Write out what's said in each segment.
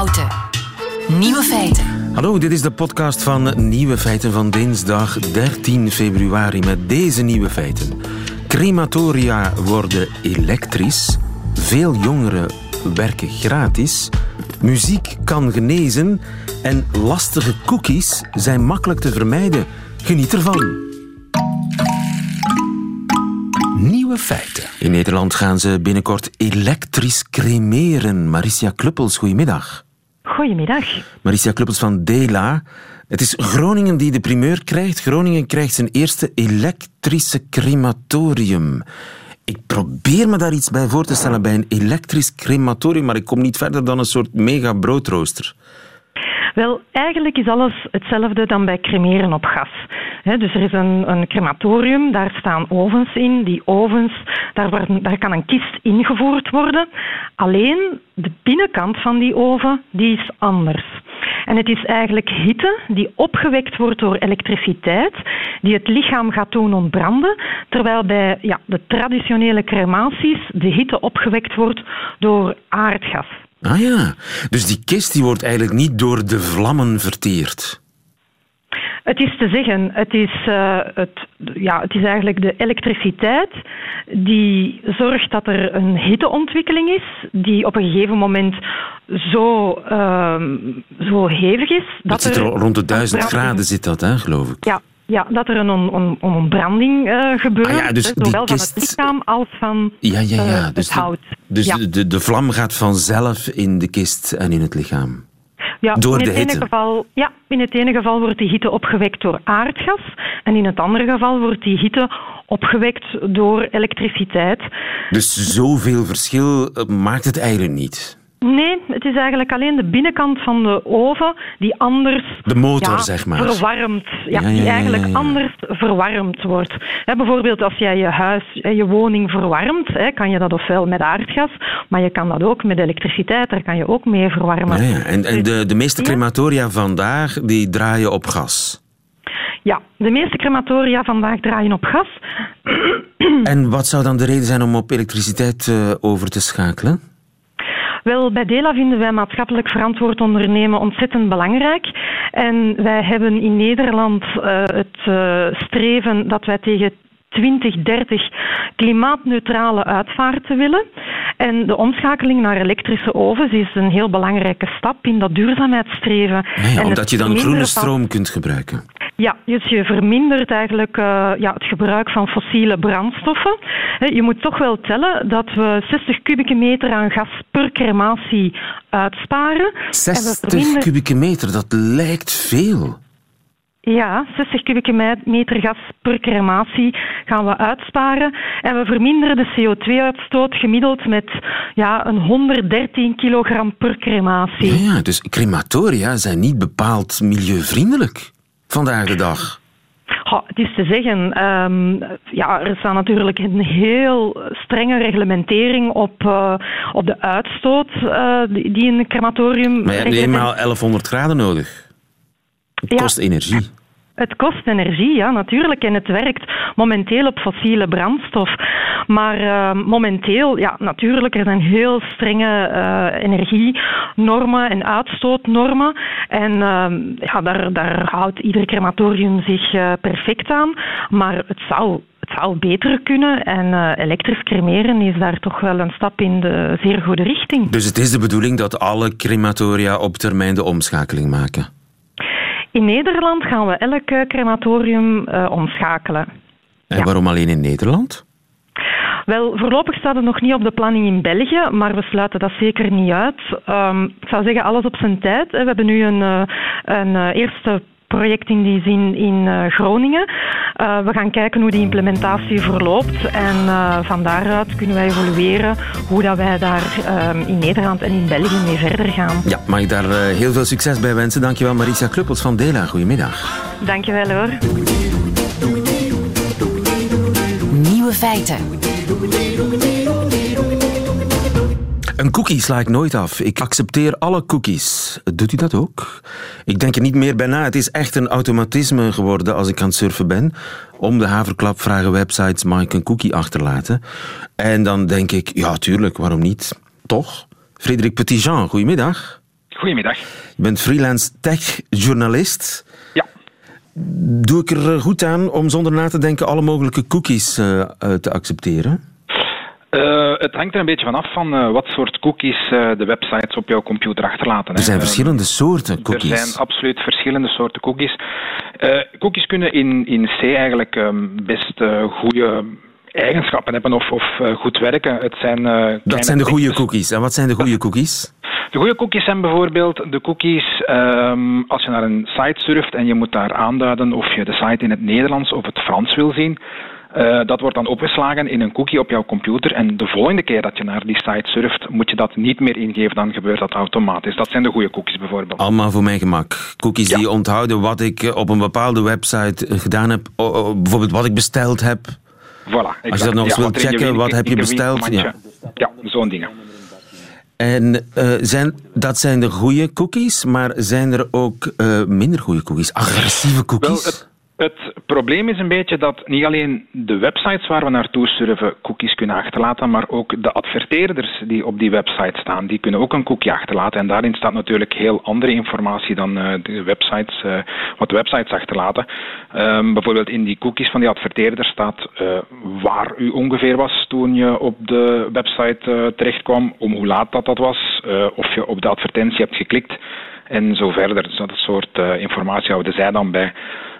Houten. Nieuwe feiten. Hallo, dit is de podcast van Nieuwe Feiten van dinsdag 13 februari met deze nieuwe feiten. Crematoria worden elektrisch. Veel jongeren werken gratis. Muziek kan genezen. En lastige cookies zijn makkelijk te vermijden. Geniet ervan. Nieuwe feiten. In Nederland gaan ze binnenkort elektrisch cremeren. Maricia Kluppels, goedemiddag. Goedemiddag. Maricia Kluppels van Dela. Het is Groningen die de primeur krijgt. Groningen krijgt zijn eerste elektrische crematorium. Ik probeer me daar iets bij voor te stellen bij een elektrisch crematorium, maar ik kom niet verder dan een soort mega broodrooster. Wel, eigenlijk is alles hetzelfde dan bij cremeren op gas. Dus er is een crematorium, daar staan ovens in. Die ovens, daar kan een kist ingevoerd worden. Alleen de binnenkant van die oven, die is anders. En het is eigenlijk hitte die opgewekt wordt door elektriciteit, die het lichaam gaat doen ontbranden, terwijl bij de traditionele crematies de hitte opgewekt wordt door aardgas. Ah ja, dus die kist die wordt eigenlijk niet door de vlammen verteerd. Het is te zeggen, het is eigenlijk de elektriciteit die zorgt dat er een hitteontwikkeling is, die op een gegeven moment zo hevig is. Dat zit er rond de 1000 graden, zit dat, hè, geloof ik. Ja, dat er een ontbranding gebeurt, dus zowel van het lichaam als van dus het hout. Dus de vlam gaat vanzelf in de kist en in het lichaam? Ja, door in de het hitte? In het ene geval wordt die hitte opgewekt door aardgas en in het andere geval wordt die hitte opgewekt door elektriciteit. Dus zoveel verschil maakt het eigenlijk niet? Nee, het is eigenlijk alleen de binnenkant van de oven die anders... De motor, zeg maar. Verwarmd. Die eigenlijk anders verwarmd wordt. Bijvoorbeeld als jij je huis, je woning verwarmt, kan je dat ofwel met aardgas, maar je kan dat ook met elektriciteit, daar kan je ook mee verwarmen. Ja. En de meeste crematoria vandaag, die draaien op gas? Ja, de meeste crematoria vandaag draaien op gas. En wat zou dan de reden zijn om op elektriciteit over te schakelen? Wel, bij Dela vinden wij maatschappelijk verantwoord ondernemen ontzettend belangrijk. En wij hebben in Nederland het streven dat wij tegen 2030 klimaatneutrale uitvaarten willen. En de omschakeling naar elektrische ovens is een heel belangrijke stap in dat duurzaamheidsstreven. Ja, omdat je dan groene stroom kunt gebruiken. Ja, dus je vermindert eigenlijk het gebruik van fossiele brandstoffen. Je moet toch wel tellen dat we 60 kubieke meter aan gas per crematie uitsparen. 60 kubieke meter, dat lijkt veel. Ja, 60 kubieke meter gas per crematie gaan we uitsparen. En we verminderen de CO2-uitstoot gemiddeld met een 113 kilogram per crematie. Ja, dus crematoria zijn niet bepaald milieuvriendelijk vandaag de dag. Het is te zeggen, er staat natuurlijk een heel strenge reglementering op de uitstoot die in een crematorium... Maar je hebt eenmaal 1100 graden nodig. Het kost energie. Het kost energie, ja, natuurlijk. En het werkt momenteel op fossiele brandstof. Maar momenteel, natuurlijk, er zijn heel strenge energienormen en uitstootnormen. En daar houdt ieder crematorium zich perfect aan. Maar het zou beter kunnen. En elektrisch cremeren is daar toch wel een stap in de zeer goede richting. Dus het is de bedoeling dat alle crematoria op termijn de omschakeling maken? In Nederland gaan we elk crematorium omschakelen. En waarom alleen in Nederland? Wel, voorlopig staat het nog niet op de planning in België, maar we sluiten dat zeker niet uit. Ik zou zeggen, alles op zijn tijd. We hebben nu een eerste project in die zin in Groningen. We gaan kijken hoe die implementatie verloopt en van daaruit kunnen wij evalueren hoe dat wij daar in Nederland en in België mee verder gaan. Ja, mag ik daar heel veel succes bij wensen. Dankjewel Maricia Kluppels van Dela. Goedemiddag. Dankjewel hoor. Nieuwe feiten. Een cookie sla ik nooit af. Ik accepteer alle cookies. Doet u dat ook? Ik denk er niet meer bij na. Het is echt een automatisme geworden als ik aan het surfen ben. Om de haverklap vragen websites, mag ik een cookie achterlaten? En dan denk ik, ja tuurlijk, waarom niet? Toch? Frederik Petitjean, goedemiddag. Goedemiddag. Je bent freelance tech-journalist. Ja. Doe ik er goed aan om zonder na te denken alle mogelijke cookies te accepteren? Het hangt er een beetje vanaf van wat soort cookies de websites op jouw computer achterlaten. Er zijn verschillende soorten cookies. Er zijn absoluut verschillende soorten cookies. Cookies kunnen in C eigenlijk best goede eigenschappen hebben of goed werken. Dat zijn de goede cookies. En wat zijn de goede cookies? De goede cookies zijn bijvoorbeeld de cookies als je naar een site surft en je moet daar aanduiden of je de site in het Nederlands of het Frans wil zien. Dat wordt dan opgeslagen in een cookie op jouw computer en de volgende keer dat je naar die site surft, moet je dat niet meer ingeven, dan gebeurt dat automatisch. Dat zijn de goede cookies bijvoorbeeld. Allemaal voor mijn gemak. Cookies die onthouden wat ik op een bepaalde website gedaan heb, bijvoorbeeld wat ik besteld heb. Voilà, exact. Als je dat nog eens wilt checken, wat heb je besteld? Ja, zo'n dingen. En dat zijn de goede cookies, maar zijn er ook minder goede cookies? Agressieve cookies? Wel, het probleem is een beetje dat niet alleen de websites waar we naartoe surfen cookies kunnen achterlaten, maar ook de adverteerders die op die website staan, die kunnen ook een cookie achterlaten. En daarin staat natuurlijk heel andere informatie dan de websites, wat de websites achterlaten. Bijvoorbeeld in die cookies van die adverteerder staat waar u ongeveer was toen je op de website terechtkwam, om hoe laat dat was, of je op de advertentie hebt geklikt en zo verder. Dus dat soort informatie houden zij dan bij.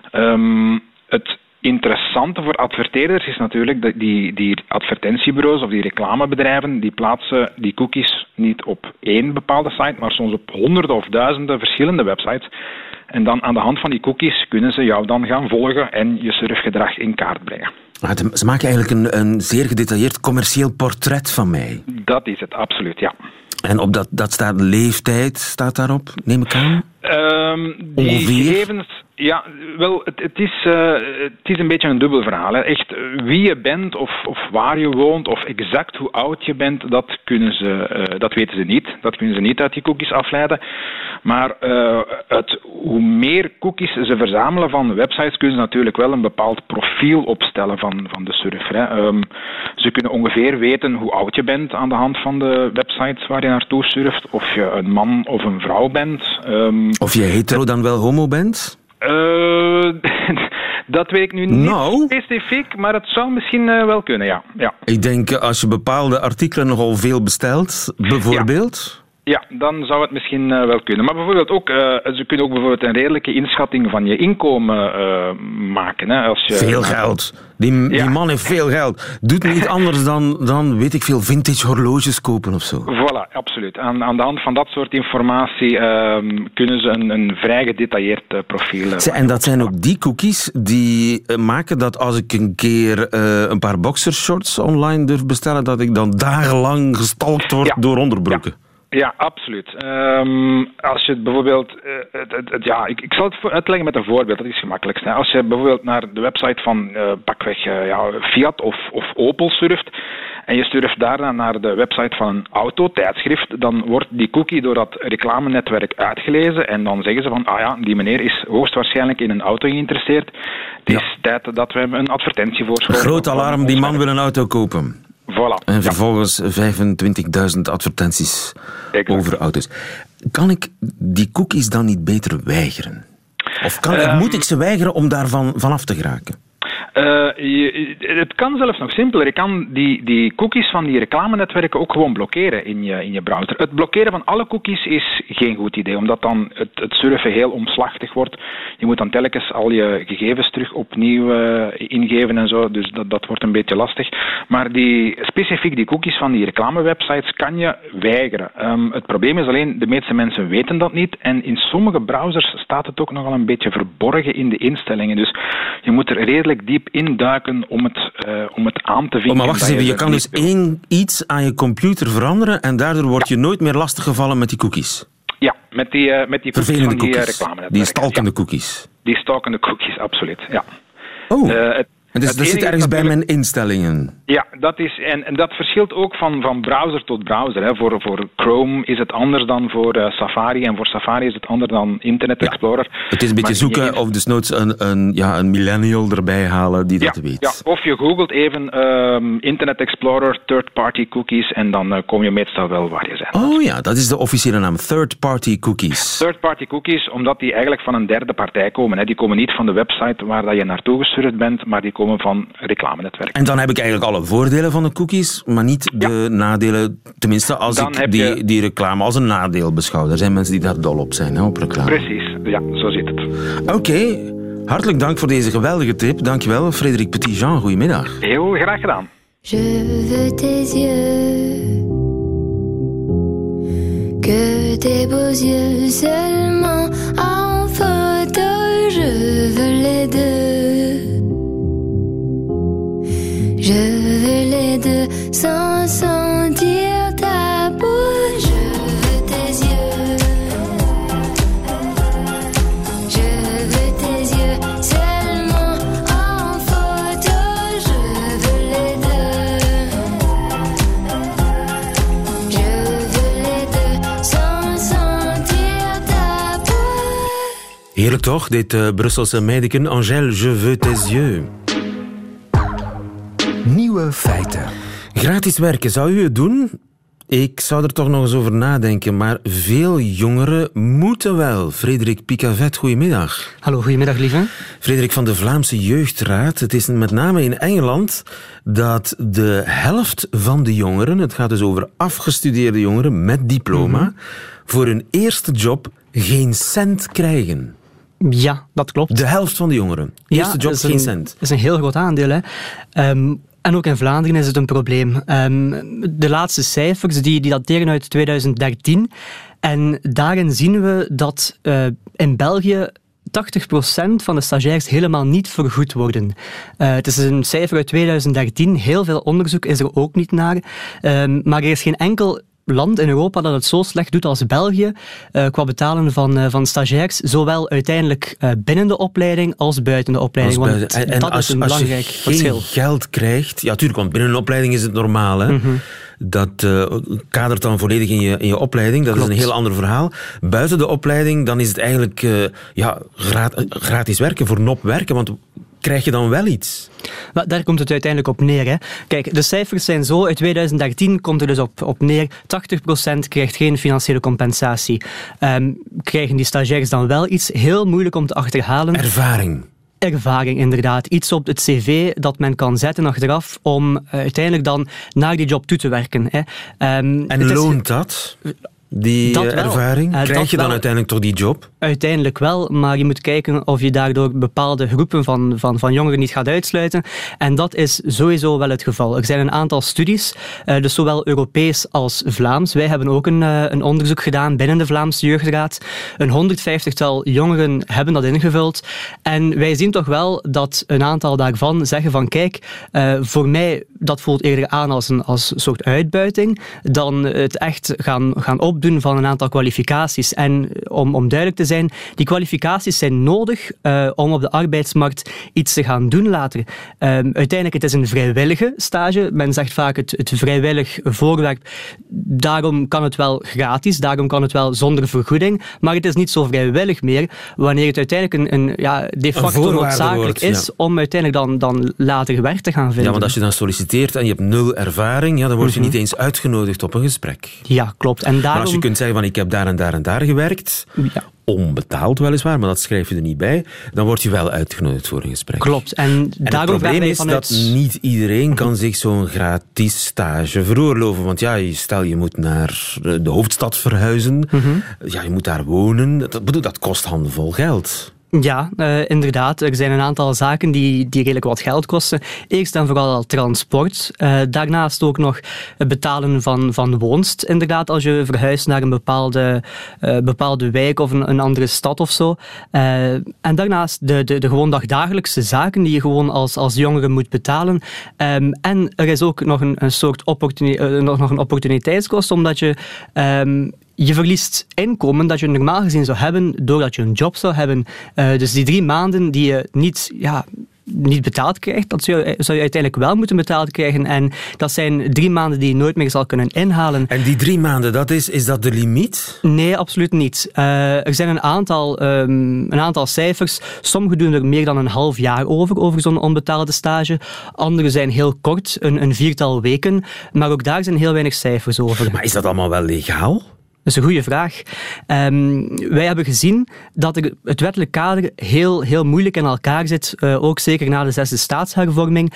Het interessante voor adverteerders is natuurlijk dat die advertentiebureaus of die reclamebedrijven, die plaatsen die cookies niet op één bepaalde site, maar soms op honderden of duizenden verschillende websites. En dan aan de hand van die cookies kunnen ze jou dan gaan volgen en je surfgedrag in kaart brengen. Ze maken eigenlijk een zeer gedetailleerd commercieel portret van mij. Dat is het, absoluut, ja. En op dat staat leeftijd, staat daarop, neem ik aan? Die gegevens, ja, wel, het is een beetje een dubbel verhaal. Hè. Echt, wie je bent of waar je woont of exact hoe oud je bent, dat weten ze niet. Dat kunnen ze niet uit die cookies afleiden. Maar hoe meer cookies ze verzamelen van websites, kunnen ze natuurlijk wel een bepaald profiel opstellen van de surfer. Hè. Ze kunnen ongeveer weten hoe oud je bent aan de hand van de websites waar je naartoe surft. Of je een man of een vrouw bent. Of je hetero dan wel homo bent? Dat weet ik nu niet specifiek, maar het zou misschien wel kunnen, ja. Ik denk, als je bepaalde artikelen nogal veel bestelt, bijvoorbeeld... Ja, dan zou het misschien wel kunnen. Maar bijvoorbeeld ook, ze kunnen ook bijvoorbeeld een redelijke inschatting van je inkomen maken. Hè, als je veel geld. Die man heeft veel geld. Doet niet anders dan, weet ik veel, vintage horloges kopen of zo. Voilà, absoluut. Aan de hand van dat soort informatie kunnen ze een vrij gedetailleerd profiel... En dat zijn ook die cookies die maken dat als ik een keer een paar boxershorts online durf bestellen, dat ik dan dagenlang gestalkt word door onderbroeken. Ja, absoluut. Als je bijvoorbeeld... ik zal het uitleggen met een voorbeeld, dat is het gemakkelijkst. Als je bijvoorbeeld naar de website van pakweg Fiat of Opel surft en je surft daarna naar de website van een autotijdschrift, dan wordt die cookie door dat reclamenetwerk uitgelezen en dan zeggen ze van, die meneer is hoogstwaarschijnlijk in een auto geïnteresseerd. Het is tijd dat we hem een advertentie voorschotelen. Groot alarm, die man wil een auto kopen. Voilà. En vervolgens 25.000 advertenties over auto's. Kan ik die cookies dan niet beter weigeren? Of moet ik ze weigeren om daarvan vanaf te geraken? Het kan zelfs nog simpeler. Je kan die cookies van die reclamenetwerken ook gewoon blokkeren in je browser. Het blokkeren van alle cookies is geen goed idee, omdat dan het surfen heel omslachtig wordt. Je moet dan telkens al je gegevens terug opnieuw ingeven en zo, dus dat wordt een beetje lastig. Maar specifiek die cookies van die reclamewebsites kan je weigeren. Het probleem is alleen, de meeste mensen weten dat niet en in sommige browsers staat het ook nogal een beetje verborgen in de instellingen. Dus je moet er redelijk diep induiken om het aan te vinden. Maar wacht eens even, je kan dus iets aan je computer veranderen en daardoor word je nooit meer lastiggevallen met die cookies. Ja, met die cookies van die reclame. Die stalkende cookies. Die stalkende cookies, absoluut, ja. Dus dat zit ergens bij mijn instellingen. Ja, dat is, en dat verschilt ook van browser tot browser. Hè. Voor Chrome is het anders dan voor Safari en voor Safari is het anders dan Internet Explorer. Ja, het is een beetje zoeken of desnoods een millennial erbij halen die dat weet. Ja, of je googelt even Internet Explorer, third-party cookies en dan kom je meestal wel waar je bent. Oh ja, dat is de officiële naam, third-party cookies. Third-party cookies, omdat die eigenlijk van een derde partij komen. Hè. Die komen niet van de website waar dat je naartoe gestuurd bent, maar die komen van reclamenetwerken. En dan heb ik eigenlijk alle voordelen van de cookies, maar niet de nadelen, tenminste als dan ik die reclame als een nadeel beschouw. Er zijn mensen die daar dol op zijn, hè, op reclame. Precies, ja, zo zit het. Oké, hartelijk dank voor deze geweldige tip. Dankjewel, Frederik Petitjean. Goedemiddag. Heel graag gedaan. Je veux tes yeux, que tes beaux yeux seulement en photo. Je veux les deux, je veux les deux sans sentir ta bouche. Je veux tes yeux, je veux tes yeux seulement en photo. Je veux les deux, je veux les deux sans sentir ta bouche. Heerlijk toch, dit Brusselse meideken. Angèle, je veux tes yeux. Nieuwe feiten. Gratis werken, zou u het doen? Ik zou er toch nog eens over nadenken, maar veel jongeren moeten wel. Frederik Picavet, goedemiddag. Hallo, goedemiddag lieve. Frederik van de Vlaamse Jeugdraad. Het is met name in Engeland dat de helft van de jongeren, het gaat dus over afgestudeerde jongeren met diploma, voor hun eerste job geen cent krijgen. Ja, dat klopt. De helft van de jongeren. Eerste job, geen cent. Dat is een heel groot aandeel, hè. En ook in Vlaanderen is het een probleem. De laatste cijfers die dateren uit 2013. En daarin zien we dat in België 80% van de stagiairs helemaal niet vergoed worden. Het is een cijfer uit 2013. Heel veel onderzoek is er ook niet naar. Maar er is geen enkel land in Europa dat het zo slecht doet als België qua betalen van stagiairs, zowel uiteindelijk binnen de opleiding als buiten de opleiding. Want dat is een belangrijk verschil. Als je geen geld krijgt, ja tuurlijk, want binnen een opleiding is het normaal, hè. Dat kadert dan volledig in je opleiding. Dat Klopt. Is een heel ander verhaal. Buiten de opleiding, dan is het eigenlijk gratis werken, voor nop werken, want krijg je dan wel iets? Maar daar komt het uiteindelijk op neer. Hè. Kijk, de cijfers zijn zo. Uit 2013 komt er dus op neer 80% krijgt geen financiële compensatie. Krijgen die stagiairs dan wel iets? Heel moeilijk om te achterhalen. Ervaring, inderdaad. Iets op het cv dat men kan zetten achteraf om uiteindelijk dan naar die job toe te werken. Hè. En loont dat? Die ervaring? Krijg je dan uiteindelijk toch die job? Uiteindelijk wel, maar je moet kijken of je daardoor bepaalde groepen van jongeren niet gaat uitsluiten. En dat is sowieso wel het geval. Er zijn een aantal studies, dus zowel Europees als Vlaams. Wij hebben ook een onderzoek gedaan binnen de Vlaamse Jeugdraad. Een 150-tal jongeren hebben dat ingevuld. En wij zien toch wel dat een aantal daarvan zeggen van kijk, voor mij dat voelt eerder aan als een soort uitbuiting dan het echt gaan opdoen van een aantal kwalificaties. En om duidelijk te zijn, die kwalificaties zijn nodig om op de arbeidsmarkt iets te gaan doen later. Uiteindelijk, het is een vrijwillige stage. Men zegt vaak het vrijwillig voorwerp. Daarom kan het wel gratis, daarom kan het wel zonder vergoeding, maar het is niet zo vrijwillig meer wanneer het uiteindelijk een de facto noodzakelijk is om uiteindelijk dan later werk te gaan vinden. Ja, want als je dan solliciteert en je hebt 0 ervaring, dan word je niet eens uitgenodigd op een gesprek. Ja, klopt. En daarom... Maar als je kunt zeggen van ik heb daar en daar en daar gewerkt, onbetaald weliswaar, maar dat schrijf je er niet bij, dan word je wel uitgenodigd voor een gesprek. Klopt. En het probleem is dat niet iedereen kan zich zo'n gratis stage veroorloven. Want stel je moet naar de hoofdstad verhuizen, je moet daar wonen, dat kost handenvol geld. Ja, inderdaad. Er zijn een aantal zaken die redelijk wat geld kosten. Eerst en vooral al transport. Daarnaast ook nog het betalen van woonst. Inderdaad, als je verhuist naar een bepaalde wijk of een andere stad of zo. En daarnaast de gewoon dagdagelijkse zaken die je gewoon als jongere moet betalen. En er is ook nog een soort opportuniteitskost, omdat je... Je verliest inkomen dat je normaal gezien zou hebben doordat je een job zou hebben. Dus die 3 maanden die je niet niet betaald krijgt. Dat zou je uiteindelijk wel moeten betaald krijgen. En dat zijn 3 maanden die je nooit meer zal kunnen inhalen. En die 3 maanden, is dat de limiet? Nee, absoluut niet. Er zijn een aantal cijfers. Sommigen doen er meer dan een half jaar over zo'n onbetaalde stage. Andere zijn heel kort, een 4-tal weken. Maar ook daar zijn heel weinig cijfers over. Maar is dat allemaal wel legaal? Dat is een goede vraag. Wij hebben gezien dat het wettelijk kader heel moeilijk in elkaar zit, ook zeker na de 6e staatshervorming.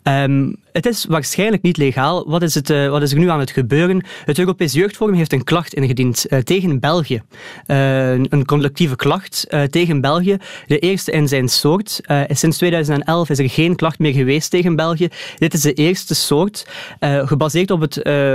Het is waarschijnlijk niet legaal. Wat is er nu aan het gebeuren? Het Europees Jeugdforum heeft een klacht ingediend tegen België. Een collectieve klacht tegen België. De eerste in zijn soort. Sinds 2011 is er geen klacht meer geweest tegen België. Dit is de eerste soort, gebaseerd op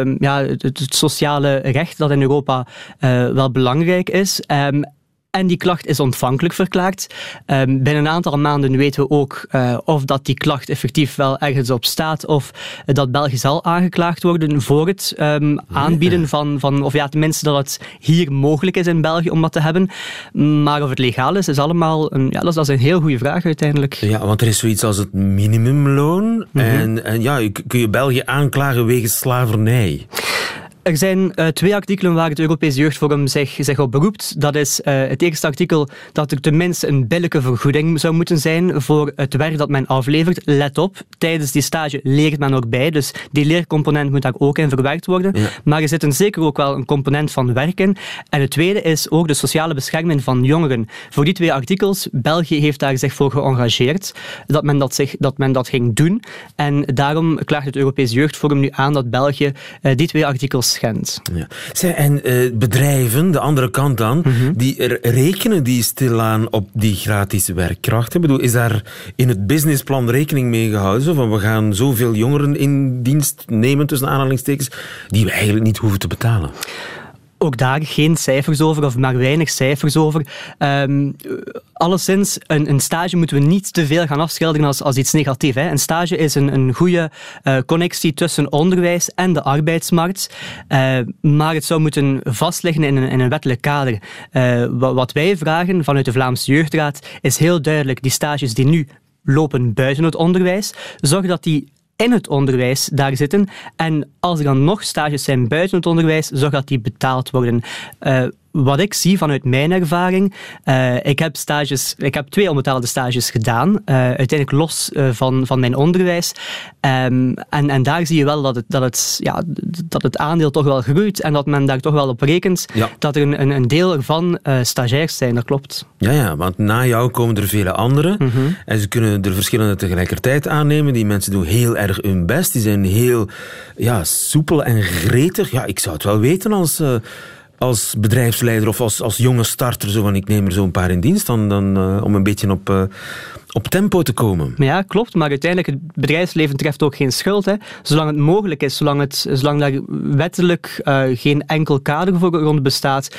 het sociale recht dat in Europa wel belangrijk is. En die klacht is ontvankelijk verklaard. Binnen een aantal maanden weten we ook of dat die klacht effectief wel ergens op staat of dat België zal aangeklaagd worden voor het aanbieden van of tenminste dat het hier mogelijk is in België om dat te hebben. Maar of het legaal is allemaal dat is een heel goede vraag uiteindelijk. Ja, want er is zoiets als het minimumloon. En kun je België aanklagen wegens slavernij? Er zijn 2 artikelen waar het Europees Jeugdforum zich op beroept. Dat is het eerste artikel dat er tenminste een billijke vergoeding zou moeten zijn voor het werk dat men aflevert. Let op, tijdens die stage leert men ook bij, dus die leercomponent moet daar ook in verwerkt worden. Ja. Maar er zit zeker ook wel een component van werk in. En het tweede is ook de sociale bescherming van jongeren. Voor die 2 artikels, België heeft daar zich voor geëngageerd dat men dat ging doen. En daarom klaagt het Europees Jeugdforum nu aan dat België die 2 artikels schendt. Ja. En bedrijven, de andere kant dan, die rekenen die stilaan op die gratis werkkracht. Ik bedoel, is daar in het businessplan rekening mee gehouden? Zo van, we gaan zoveel jongeren in dienst nemen, tussen aanhalingstekens, die we eigenlijk niet hoeven te betalen. Ook daar geen cijfers over, of maar weinig cijfers over. Alleszins, een stage moeten we niet te veel gaan afschilderen als iets negatiefs. Een stage is een goede connectie tussen onderwijs en de arbeidsmarkt. Maar het zou moeten vastliggen in een wettelijk kader. Wat wij vragen vanuit de Vlaamse Jeugdraad is heel duidelijk, die stages die nu lopen buiten het onderwijs, zorg dat die in het onderwijs daar zitten. En als er dan nog stages zijn buiten het onderwijs, zorg dat die betaald worden. Wat ik zie vanuit mijn ervaring, ik heb 2 onbetaalde stages gedaan, uiteindelijk los van mijn onderwijs. En daar zie je wel dat het aandeel toch wel groeit en dat men daar toch wel op rekent dat er een deel ervan stagiairs zijn, dat klopt. Ja, want na jou komen er vele anderen en ze kunnen er verschillende tegelijkertijd aannemen. Die mensen doen heel erg hun best, die zijn heel soepel en gretig. Ja, ik zou het wel weten als bedrijfsleider of als jonge starter, zo van ik neem er zo een paar in dienst dan om een beetje op tempo te komen. Ja, klopt, maar uiteindelijk het bedrijfsleven treft ook geen schuld. Hè. Zolang het mogelijk is, zolang daar wettelijk geen enkel kader voor rond bestaat,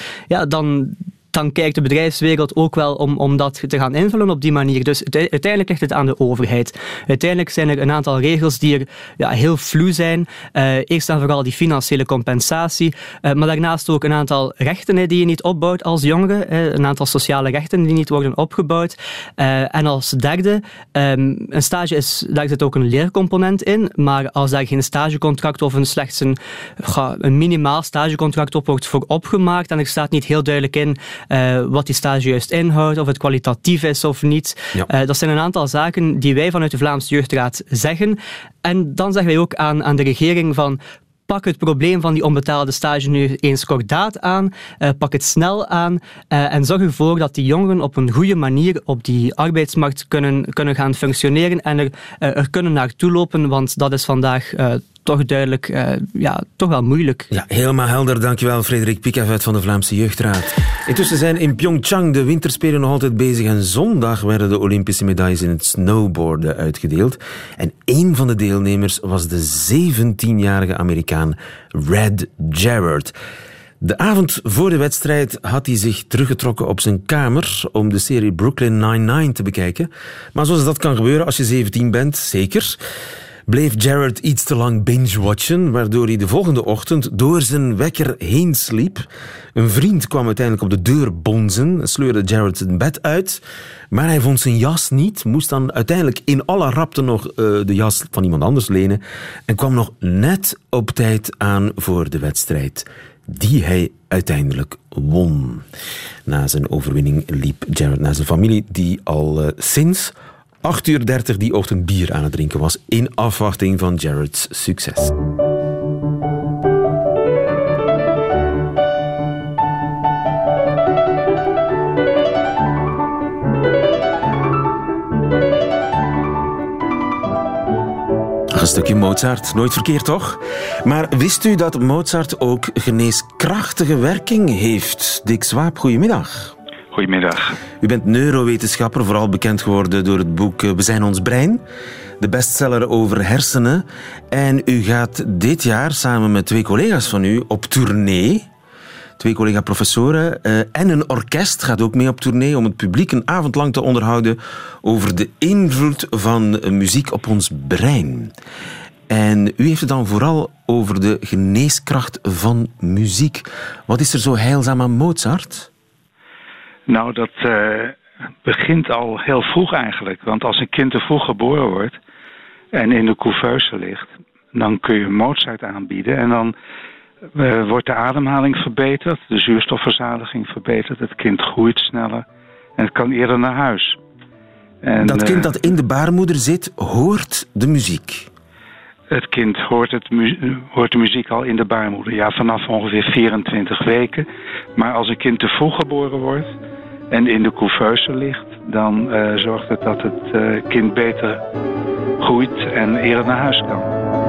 dan kijkt de bedrijfswereld ook wel om dat te gaan invullen op die manier. Dus uiteindelijk ligt het aan de overheid. Uiteindelijk zijn er een aantal regels die er heel vloe zijn. Eerst en vooral die financiële compensatie, maar daarnaast ook een aantal rechten die je niet opbouwt als jongere, een aantal sociale rechten die niet worden opgebouwd. En als derde, een stage daar zit ook een leercomponent in, maar als daar geen stagecontract of slechts een minimaal stagecontract op wordt voor opgemaakt en er staat niet heel duidelijk in wat die stage juist inhoudt, of het kwalitatief is of niet. Ja. Dat zijn een aantal zaken die wij vanuit de Vlaamse Jeugdraad zeggen. En dan zeggen wij ook aan de regering van pak het probleem van die onbetaalde stage nu eens kordaat aan, pak het snel aan en zorg ervoor dat die jongeren op een goede manier op die arbeidsmarkt kunnen gaan functioneren en er kunnen naartoe lopen, want dat is vandaag toch duidelijk, toch wel moeilijk. Ja, helemaal helder. Dankjewel, Frederik Pickavet van de Vlaamse Jeugdraad. Intussen zijn in Pyeongchang de winterspelen nog altijd bezig en zondag werden de Olympische medailles in het snowboarden uitgedeeld. En één van de deelnemers was de 17-jarige Amerikaan Red Jarrett. De avond voor de wedstrijd had hij zich teruggetrokken op zijn kamer om de serie Brooklyn Nine-Nine te bekijken. Maar zoals dat kan gebeuren als je 17 bent, zeker. bleef Jared iets te lang binge-watchen, waardoor hij de volgende ochtend door zijn wekker heen sliep. Een vriend kwam uiteindelijk op de deur bonzen, sleurde Jared zijn bed uit, maar hij vond zijn jas niet, moest dan uiteindelijk in alle rapte nog de jas van iemand anders lenen en kwam nog net op tijd aan voor de wedstrijd, die hij uiteindelijk won. Na zijn overwinning liep Jared naar zijn familie, die al sinds 8:30 die ochtend bier aan het drinken was in afwachting van Jared's succes. Een stukje Mozart, nooit verkeerd toch? Maar wist u dat Mozart ook geneeskrachtige werking heeft? Dick Swaap, goedemiddag. Goedemiddag. U bent neurowetenschapper, vooral bekend geworden door het boek We zijn ons brein, de bestseller over hersenen. En u gaat dit jaar samen met 2 collega's van u op tournee. 2 collega-professoren en een orkest gaat ook mee op tournee om het publiek een avond lang te onderhouden over de invloed van muziek op ons brein. En u heeft het dan vooral over de geneeskracht van muziek. Wat is er zo heilzaam aan Mozart? Nou, dat begint al heel vroeg eigenlijk. Want als een kind te vroeg geboren wordt en in de couveuse ligt, dan kun je Mozart aanbieden. En dan wordt de ademhaling verbeterd, de zuurstofverzadiging verbeterd. Het kind groeit sneller en het kan eerder naar huis. En, dat kind dat in de baarmoeder zit, hoort de muziek? Het kind hoort de muziek al in de baarmoeder. Ja, vanaf ongeveer 24 weken. Maar als een kind te vroeg geboren wordt en in de couveuse ligt, dan zorgt het dat het kind beter groeit en eerder naar huis kan.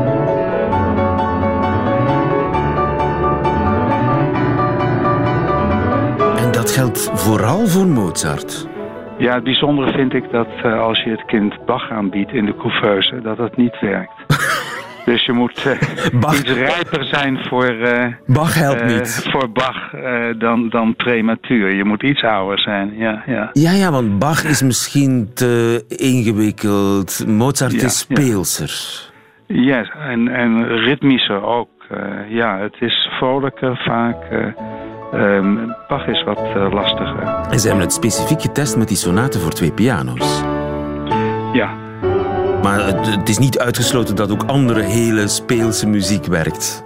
En dat geldt vooral voor Mozart? Ja, het bijzondere vind ik dat als je het kind Bach aanbiedt in de couveuse, dat dat niet werkt. Dus je moet iets rijper zijn voor Bach helpt niet. Voor Bach dan prematuur. Je moet iets ouder zijn. Ja, want Bach is misschien te ingewikkeld. Mozart is speelser. Ja, en ritmischer ook. Het is vrolijker vaak. Bach is wat lastiger. En ze hebben het specifiek getest met die sonaten voor 2 piano's. Ja. Maar het is niet uitgesloten dat ook andere hele speelse muziek werkt.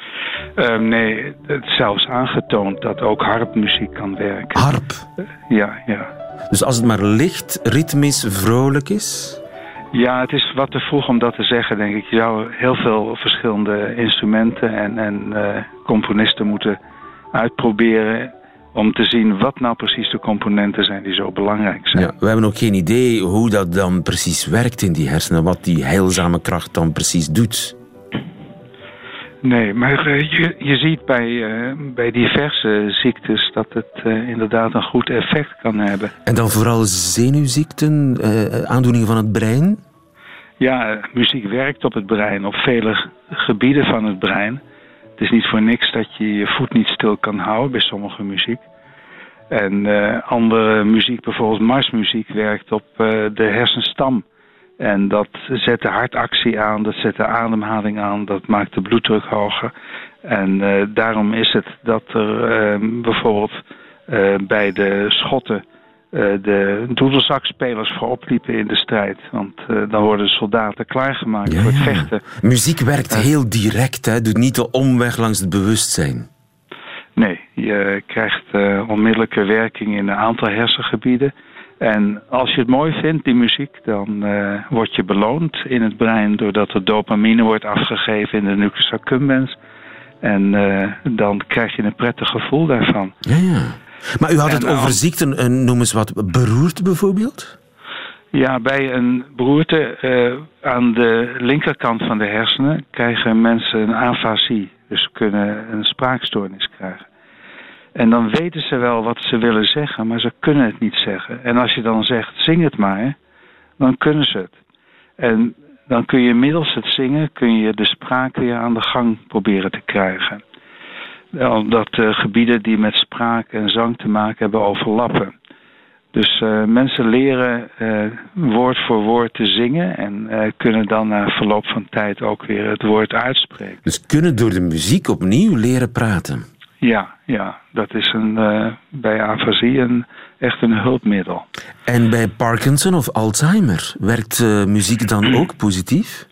Nee, het is zelfs aangetoond dat ook harpmuziek kan werken. Harp? Ja. Dus als het maar licht, ritmisch, vrolijk is? Ja, het is wat te vroeg om dat te zeggen, denk ik. Je zou heel veel verschillende instrumenten en componisten moeten uitproberen om te zien wat nou precies de componenten zijn die zo belangrijk zijn. Ja, we hebben ook geen idee hoe dat dan precies werkt in die hersenen, wat die heilzame kracht dan precies doet. Nee, maar je ziet bij diverse ziektes dat het inderdaad een goed effect kan hebben. En dan vooral zenuwziekten, aandoeningen van het brein? Ja, muziek werkt op het brein, op vele gebieden van het brein. Het is niet voor niks dat je je voet niet stil kan houden bij sommige muziek. En andere muziek, bijvoorbeeld marsmuziek, werkt op de hersenstam. En dat zet de hartactie aan, dat zet de ademhaling aan, dat maakt de bloeddruk hoger. En daarom is het dat er bijvoorbeeld bij de Schotten de doedelzakspelers voorop liepen in de strijd. Want dan worden de soldaten klaargemaakt voor het vechten. Muziek werkt heel direct, hè? Doet niet de omweg langs het bewustzijn. Nee, je krijgt onmiddellijke werking in een aantal hersengebieden. En als je het mooi vindt, die muziek, dan word je beloond in het brein doordat er dopamine wordt afgegeven in de nucleus accumbens. En dan krijg je een prettig gevoel daarvan. Ja. Maar u had het over ziekten, noem eens wat, beroerte bijvoorbeeld? Ja, bij een beroerte aan de linkerkant van de hersenen krijgen mensen een afasie. Dus ze kunnen een spraakstoornis krijgen. En dan weten ze wel wat ze willen zeggen, maar ze kunnen het niet zeggen. En als je dan zegt, zing het maar, dan kunnen ze het. En dan kun je middels het zingen, kun je de spraak weer aan de gang proberen te krijgen. Omdat gebieden die met spraak en zang te maken hebben overlappen. Dus mensen leren woord voor woord te zingen en kunnen dan na verloop van tijd ook weer het woord uitspreken. Dus kunnen door de muziek opnieuw leren praten? Ja, dat is bij afasie echt een hulpmiddel. En bij Parkinson of Alzheimer werkt muziek dan ook positief?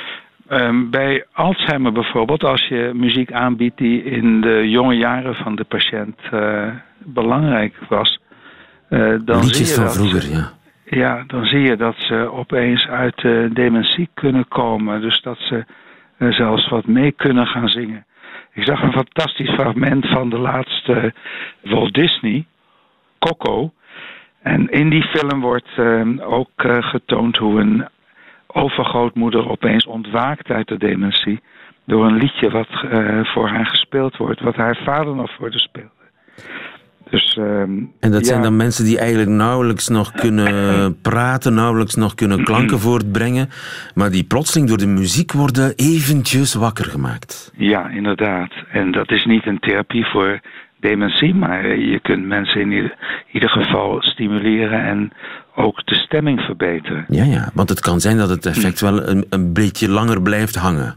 Bij Alzheimer bijvoorbeeld, als je muziek aanbiedt die in de jonge jaren van de patiënt belangrijk was, dan liedjes zie je van vroeger, ja. Ja, dan zie je dat ze opeens uit de dementie kunnen komen. Dus dat ze zelfs wat mee kunnen gaan zingen. Ik zag een fantastisch fragment van de laatste Walt Disney, Coco. En in die film wordt ook getoond hoe een overgrootmoeder opeens ontwaakt uit de dementie door een liedje wat voor haar gespeeld wordt, wat haar vader nog voor haar speelde. Dus, en dat zijn dan mensen die eigenlijk nauwelijks nog kunnen praten, nauwelijks nog kunnen klanken voortbrengen, maar die plotseling door de muziek worden eventjes wakker gemaakt. Ja, inderdaad. En dat is niet een therapie voor dementie, maar je kunt mensen in ieder geval stimuleren en ook de stemming verbeteren. Ja, want het kan zijn dat het effect wel een beetje langer blijft hangen.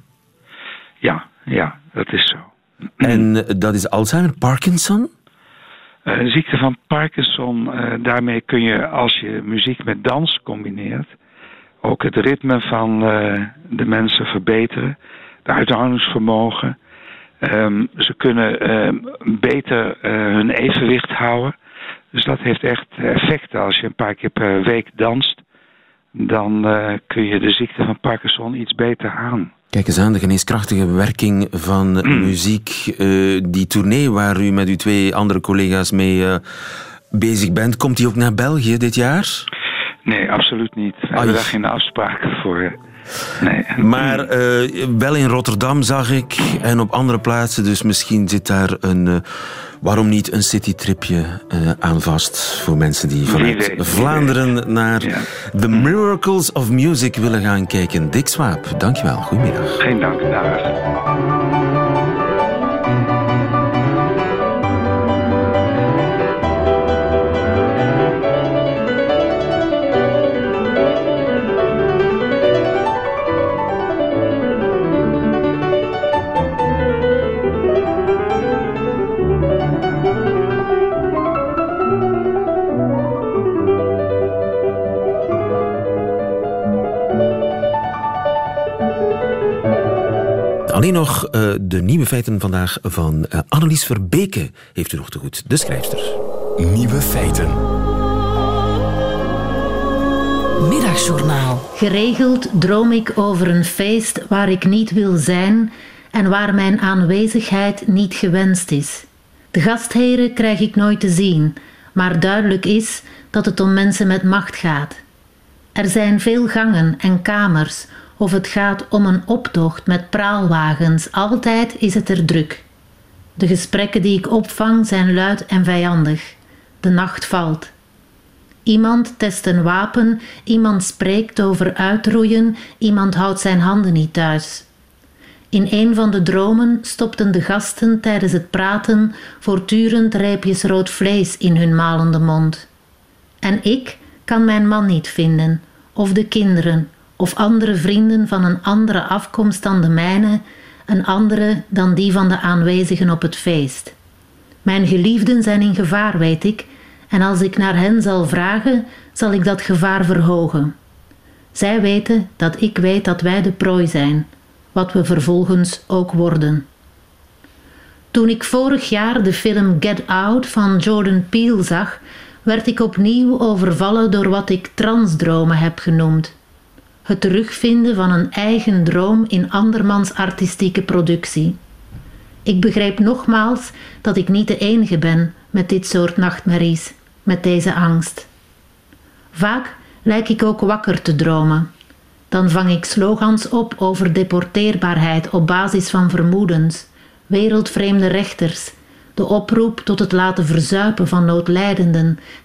Ja, dat is zo. En dat is Alzheimer, Parkinson? De ziekte van Parkinson, daarmee kun je, als je muziek met dans combineert, ook het ritme van de mensen verbeteren, de uithoudingsvermogen. Ze kunnen beter hun evenwicht houden. Dus dat heeft echt effect. Als je een paar keer per week danst, dan kun je de ziekte van Parkinson iets beter aan. Kijk eens aan, de geneeskrachtige werking van muziek. Die tournee waar u met uw 2 andere collega's mee bezig bent, komt die ook naar België dit jaar? Nee, absoluut niet. We hebben daar geen afspraken voor. Nee. Maar wel in Rotterdam zag ik en op andere plaatsen, dus misschien zit daar waarom niet een citytripje aan vast voor mensen die vanuit Vlaanderen naar The Miracles of Music willen gaan kijken. Dick Swaap, dankjewel. Goedemiddag. Geen dank, dag. Alleen nog de nieuwe feiten vandaag van Annelies Verbeke heeft u nog te goed, de schrijfster. Nieuwe feiten. Middagjournaal. Geregeld droom ik over een feest waar ik niet wil zijn en waar mijn aanwezigheid niet gewenst is. De gastheren krijg ik nooit te zien, maar duidelijk is dat het om mensen met macht gaat. Er zijn veel gangen en kamers, of het gaat om een optocht met praalwagens, altijd is het er druk. De gesprekken die ik opvang zijn luid en vijandig. De nacht valt. Iemand test een wapen, iemand spreekt over uitroeien, iemand houdt zijn handen niet thuis. In een van de dromen stopten de gasten tijdens het praten voortdurend reepjes rood vlees in hun malende mond. En ik kan mijn man niet vinden, of de kinderen, of andere vrienden van een andere afkomst dan de mijne, een andere dan die van de aanwezigen op het feest. Mijn geliefden zijn in gevaar, weet ik, en als ik naar hen zal vragen, zal ik dat gevaar verhogen. Zij weten dat ik weet dat wij de prooi zijn, wat we vervolgens ook worden. Toen ik vorig jaar de film Get Out van Jordan Peele zag, werd ik opnieuw overvallen door wat ik transdromen heb genoemd. Het terugvinden van een eigen droom in andermans artistieke productie. Ik begreep nogmaals dat ik niet de enige ben met dit soort nachtmerries, met deze angst. Vaak lijk ik ook wakker te dromen. Dan vang ik slogans op over deporteerbaarheid op basis van vermoedens, wereldvreemde rechters, de oproep tot het laten verzuipen van noodlijdenden,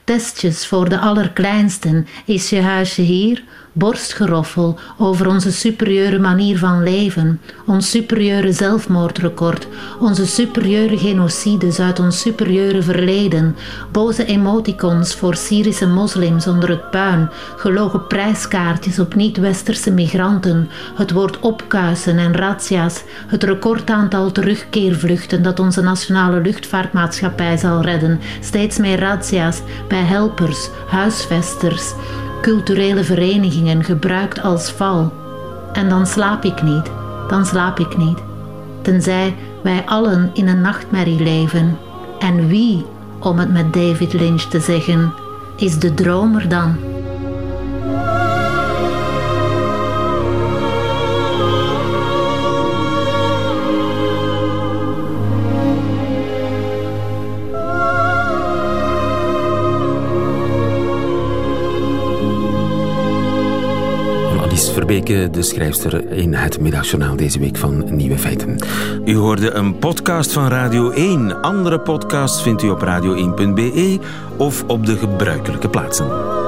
testjes voor de allerkleinsten. Is je huisje hier? Borstgeroffel over onze superieure manier van leven, ons superieure zelfmoordrecord, onze superieure genocides uit ons superieure verleden, boze emoticons voor Syrische moslims onder het puin, gelogen prijskaartjes op niet-westerse migranten, het woord opkuisen en razzia's, het recordaantal terugkeervluchten dat onze nationale luchtvaartmaatschappij zal redden, steeds meer razzia's bij helpers, huisvesters, culturele verenigingen gebruikt als val. En dan slaap ik niet. Tenzij wij allen in een nachtmerrie leven. En wie, om het met David Lynch te zeggen, is de dromer dan? Verbeke, de schrijfster in het middagjournaal deze week van Nieuwe Feiten. U hoorde een podcast van Radio 1. Andere podcasts vindt u op radio1.be of op de gebruikelijke plaatsen.